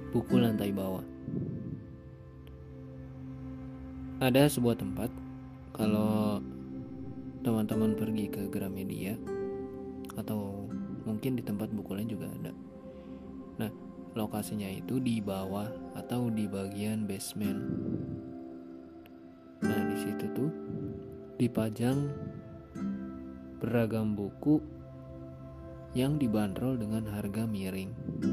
buku lantai bawah. Ada sebuah tempat, kalau teman-teman pergi ke Gramedia atau mungkin di tempat buku lain juga ada. Nah, lokasinya itu di bawah atau di bagian basement. Nah, di situ tuh dipajang beragam buku yang dibanderol dengan harga miring.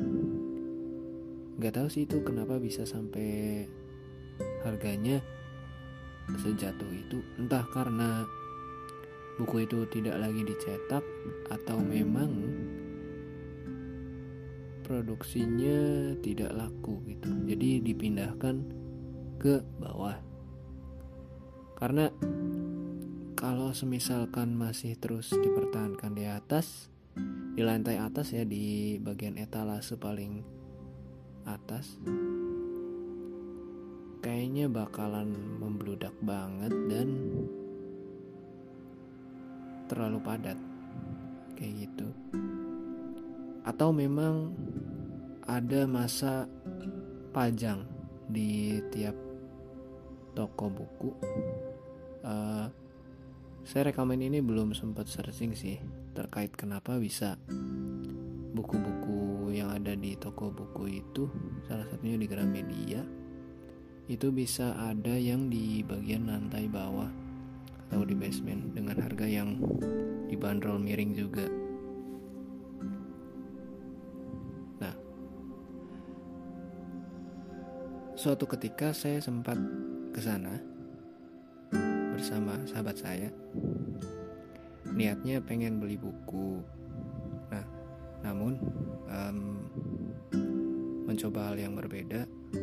Gak tahu sih itu kenapa bisa sampai harganya sejatuh itu. Entah karena buku itu tidak lagi dicetak atau memang produksinya tidak laku gitu. Jadi dipindahkan ke bawah. Karena kalau semisalkan masih terus dipertahankan di atas, di lantai atas ya, di bagian etalase paling atas, kayaknya bakalan membludak banget dan terlalu padat kayak gitu. Atau memang ada masa pajang di tiap toko buku. Saya rekaman ini belum sempat searching sih terkait kenapa bisa buku-buku yang ada di toko buku itu, salah satunya di Gramedia, itu bisa ada yang di bagian lantai bawah atau di basement dengan harga yang dibanderol miring juga. Nah, suatu ketika saya sempat ke sana bersama sahabat saya. Niatnya pengen beli buku. Nah, namun mencoba hal yang berbeda.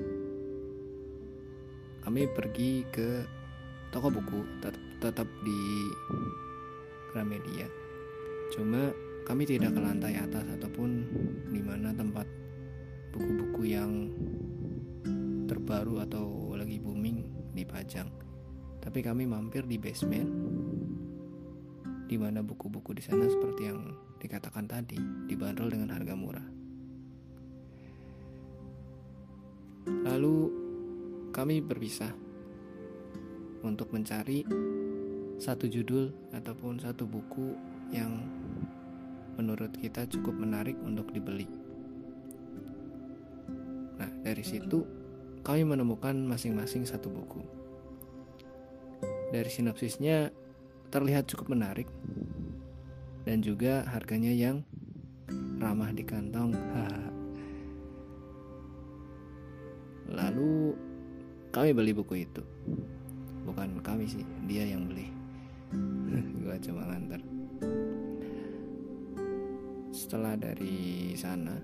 Kami pergi ke toko buku, tetap di Gramedia. Cuma kami tidak ke lantai atas ataupun di mana tempat buku-buku yang terbaru atau lagi booming dipajang. Tapi kami mampir di basement, di mana buku-buku di sana seperti yang dikatakan tadi dibanderol dengan harga murah. Lalu kami berpisah untuk mencari satu judul ataupun satu buku yang menurut kita cukup menarik untuk dibeli. Nah, dari situ kami menemukan masing-masing satu buku. Dari sinopsisnya terlihat cukup menarik dan juga harganya yang ramah di kantong. Lalu kami beli buku itu. Bukan kami sih, dia yang beli. Gua cuma nganter. Setelah dari sana,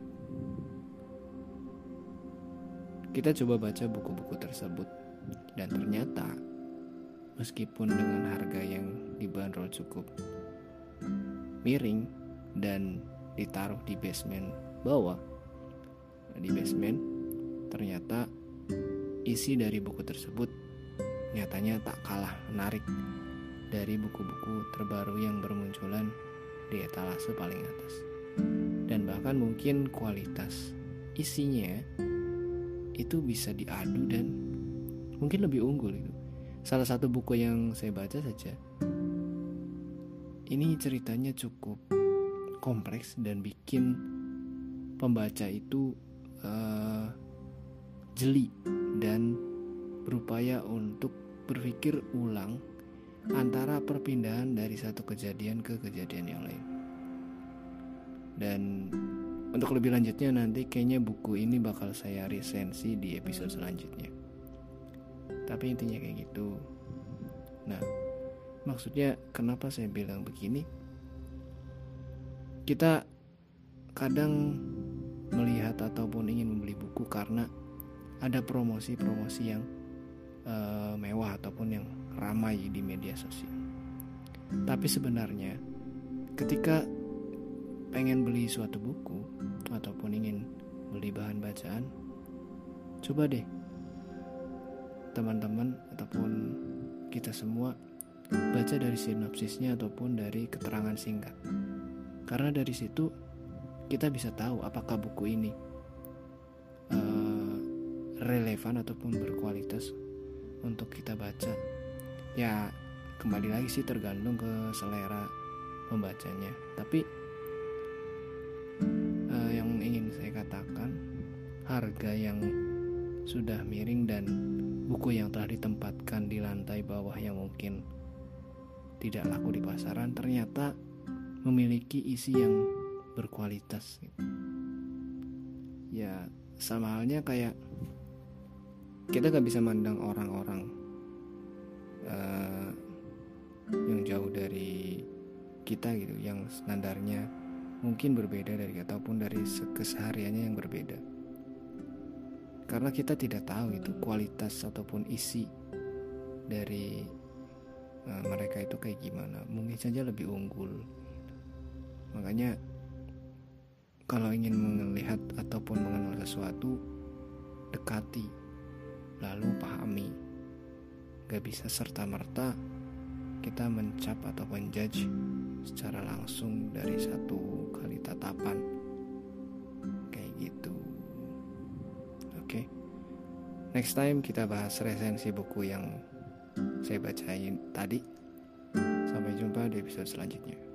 kita coba baca buku-buku tersebut dan ternyata meskipun dengan harga yang dibanderol cukup miring dan ditaruh di basement bawah, di basement ternyata isi dari buku tersebut nyatanya tak kalah menarik dari buku-buku terbaru yang bermunculan di etalase paling atas. Dan bahkan mungkin kualitas isinya itu bisa diadu dan mungkin lebih unggul itu. Salah satu buku yang saya baca saja, ini ceritanya cukup kompleks dan bikin pembaca itu jeli dan berupaya untuk berpikir ulang antara perpindahan dari satu kejadian ke kejadian yang lain. Dan untuk lebih lanjutnya nanti kayaknya buku ini bakal saya resensi di episode selanjutnya. Tapi intinya kayak gitu. Nah, maksudnya kenapa saya bilang begini? Kita kadang melihat ataupun ingin membeli buku karena ada promosi-promosi yang mewah ataupun yang ramai di media sosial. Tapi sebenarnya ketika pengen beli suatu buku ataupun ingin beli bahan bacaan, coba deh teman-teman ataupun kita semua baca dari sinopsisnya ataupun dari keterangan singkat. Karena dari situ kita bisa tahu apakah buku ini relevan ataupun berkualitas untuk kita baca. Ya kembali lagi sih tergantung ke selera pembacanya. Tapi yang ingin saya katakan, harga yang sudah miring dan buku yang telah ditempatkan di lantai bawah yang mungkin tidak laku di pasaran ternyata memiliki isi yang berkualitas gitu. Ya sama halnya kayak kita gak bisa mandang orang-orang yang jauh dari kita gitu, yang standarnya mungkin berbeda dari kita ataupun dari kesehariannya yang berbeda, karena kita tidak tahu itu kualitas ataupun isi dari mereka itu kayak gimana. Mungkin saja lebih unggul. Makanya kalau ingin melihat ataupun mengenal sesuatu, dekati, lalu pahami. Gak bisa serta-merta kita mencap atau menjudge secara langsung dari satu kali tatapan kayak gitu. Oke. Next time kita bahas resensi buku yang saya bacain tadi. Sampai jumpa di episode selanjutnya.